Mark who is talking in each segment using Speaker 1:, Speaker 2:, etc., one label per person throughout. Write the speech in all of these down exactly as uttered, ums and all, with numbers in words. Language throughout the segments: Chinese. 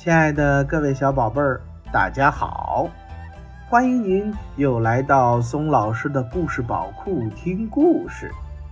Speaker 1: 亲爱的各位小宝贝儿，大家好！欢迎您又来到松老师的故事宝库听故事。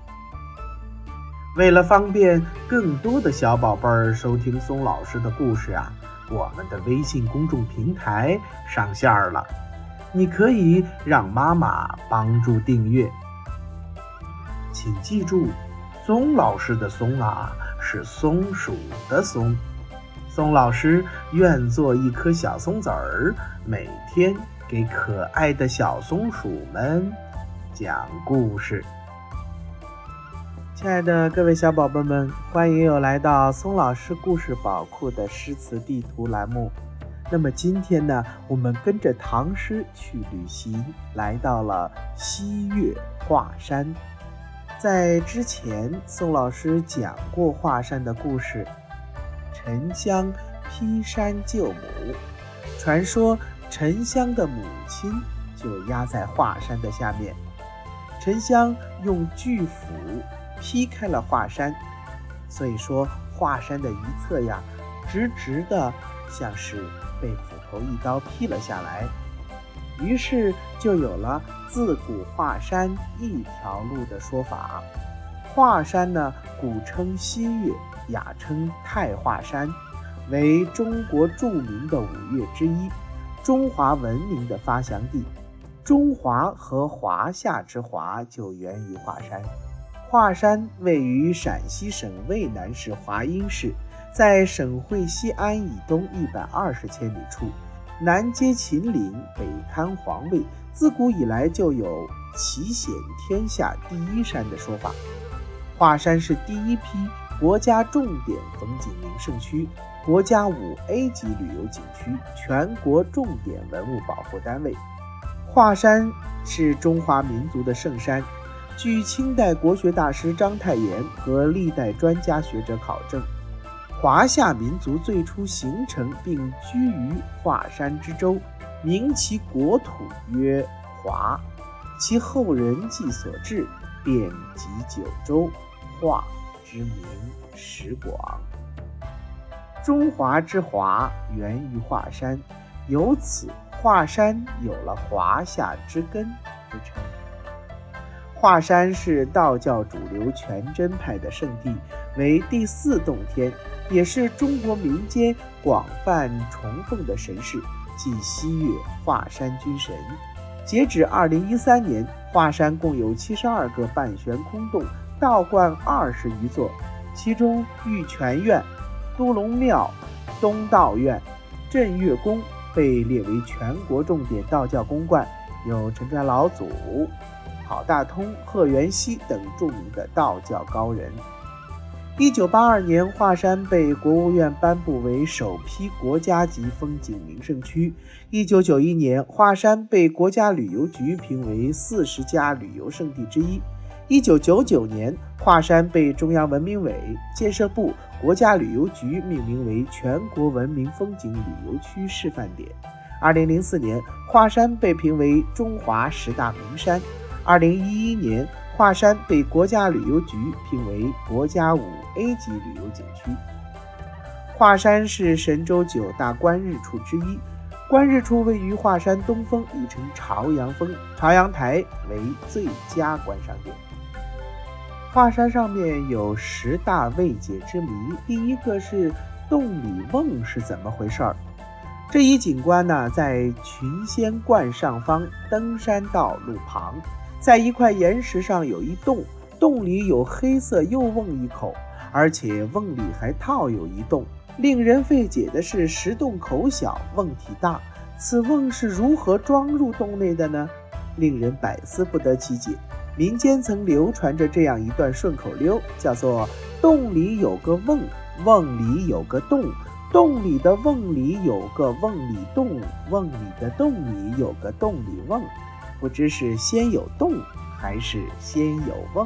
Speaker 1: 为了方便更多的小宝贝儿收听松老师的故事啊，我们的微信公众平台上线了，你可以让妈妈帮助订阅。请记住，松老师的松啊，是松鼠的松。松老师愿做一颗小松子儿，每天给可爱的小松鼠们讲故事。亲爱的各位小宝贝们，欢迎又来到松老师故事宝库的诗词地图栏目。那么今天呢，我们跟着唐诗去旅行，来到了西岳华山。在之前，松老师讲过华山的故事。沉香劈山救母，传说沉香的母亲就压在华山的下面。沉香用巨斧劈开了华山，所以说华山的一侧呀，直直的像是被斧头一刀劈了下来。于是就有了自古华山一条路的说法。华山呢，古称西岳，雅称太华山，为中国著名的五岳之一，中华文明的发祥地。中华和华夏之华就源于华山。华山位于陕西省渭南市华阴市，在省会西安以东一百二十千里处，南接秦岭，北堪黄渭，自古以来就有奇险天下第一山的说法。华山是第一批国家重点风景名胜区，国家五 A 级旅游景区，全国重点文物保护单位。华山是中华民族的圣山，据清代国学大师章太炎和历代专家学者考证，华夏民族最初形成并居于华山之州，名其国土曰华，其后人迹所至，遍及九州，华之名实广。中华之华源于华山，由此华山有了华夏之根之称。华山是道教主流全真派的圣地，为第四洞天，也是中国民间广泛崇奉的神祇，即西岳华山君神。截止二零一三年，华山共有七十二个半悬空洞，道观二十余座，其中玉泉院、都龙庙、东道院、镇岳宫被列为全国重点道教公观，有陈传老祖、郝大通、贺元熙等著名的道教高人。一九八二年，华山被国务院颁布为首批国家级风景名胜区。一九九一年，华山被国家旅游局评为四十佳旅游胜地之一。一九九九年，华山被中央文明委、建设部、国家旅游局命名为全国文明风景旅游区示范点。二零零四年，华山被评为中华十大名山。二零一一年，华山被国家旅游局评为国家五 A 级旅游景区。华山是神州九大观日处之一，观日处位于华山东峰，亦称朝阳峰，朝阳台为最佳观赏点。华山上面有十大未解之谜，第一个是洞里瓮是怎么回事儿？这一景观呢，在群仙观上方登山道路旁，在一块岩石上有一洞，洞里有黑色幼瓮一口，而且瓮里还套有一洞。令人费解的是，石洞口小，瓮体大，此瓮是如何装入洞内的呢？令人百思不得其解。民间曾流传着这样一段顺口溜，叫做洞里有个瓮，瓮里有个洞，洞里的瓮里有个瓮里洞，瓮里的洞里有个洞里瓮，不知是先有洞还是先有瓮。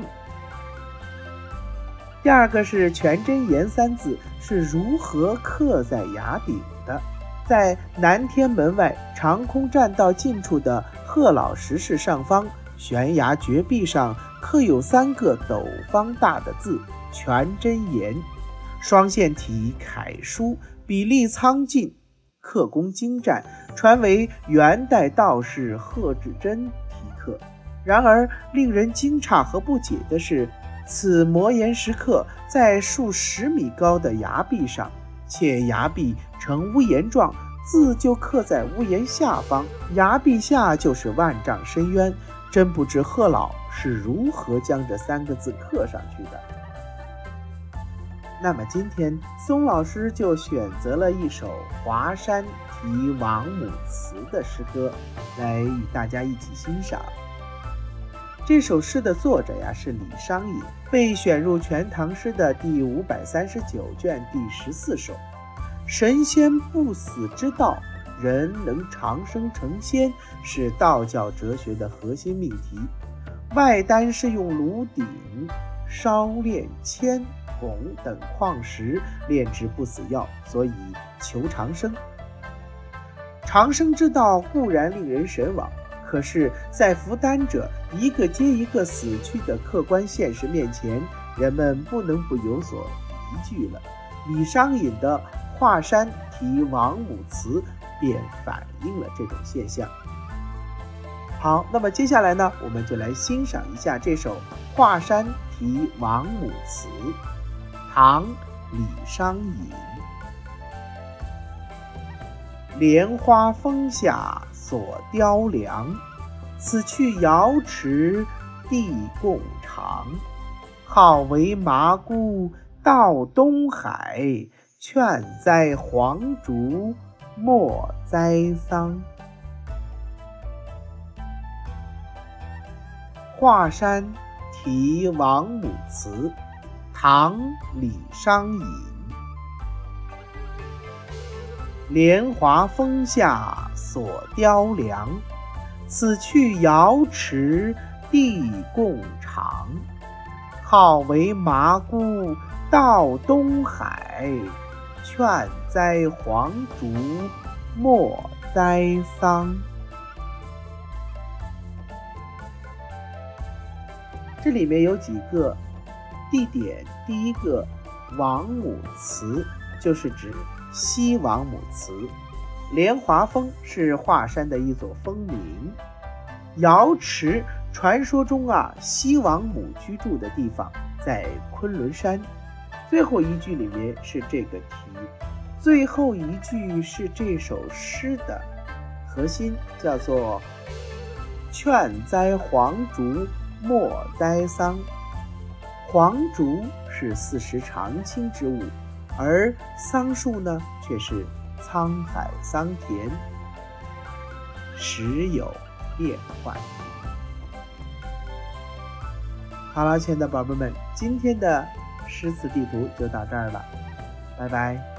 Speaker 1: 第二个是全真言三字是如何刻在崖顶的。在南天门外长空栈道近处的贺老石室上方，悬崖绝壁上刻有三个斗方大的字全真言，双线体楷书笔力苍劲，刻工精湛，传为元代道士贺知真题刻。然而令人惊诧和不解的是，此磨岩石刻在数十米高的崖壁上，且崖壁呈屋檐状，字就刻在屋檐下方，崖壁下就是万丈深渊，真不知贺老是如何将这三个字刻上去的。那么今天松老师就选择了一首华山题王母祠的诗歌来与大家一起欣赏。这首诗的作者呀是李商隐，被选入全唐诗的第五百三十九卷第十四首。神仙不死之道，人能长生成仙，是道教哲学的核心命题。外丹是用炉鼎、烧炼铅、汞等矿石炼制不死药，所以求长生。长生之道固然令人神往，可是在服丹者一个接一个死去的客观现实面前，人们不能不有所疑惧了。李商隐的华山题王母祠便反映了这种现象。好，那么接下来呢，我们就来欣赏一下这首华山题王母祠，唐李商隐。莲花峰下所雕梁，此去瑶池地共长。好为麻姑到东海，劝栽黄竹莫栽桑。华山题王母祠，唐李商隐。莲华峰下所雕梁，此去瑶池地共长。好为麻姑到东海，劝栽黄竹莫栽桑。这里面有几个地点，第一个王母祠就是指西王母祠，莲华峰是华山的一座峰名，瑶池传说中啊西王母居住的地方在昆仑山。最后一句里面是这个题，最后一句是这首诗的核心，叫做劝栽黄竹莫栽桑。黄竹是四时常青之物，而桑树呢却是沧海桑田，时有变幻。好了，亲爱的宝贝们，今天的诗词地图就到这儿了，拜拜。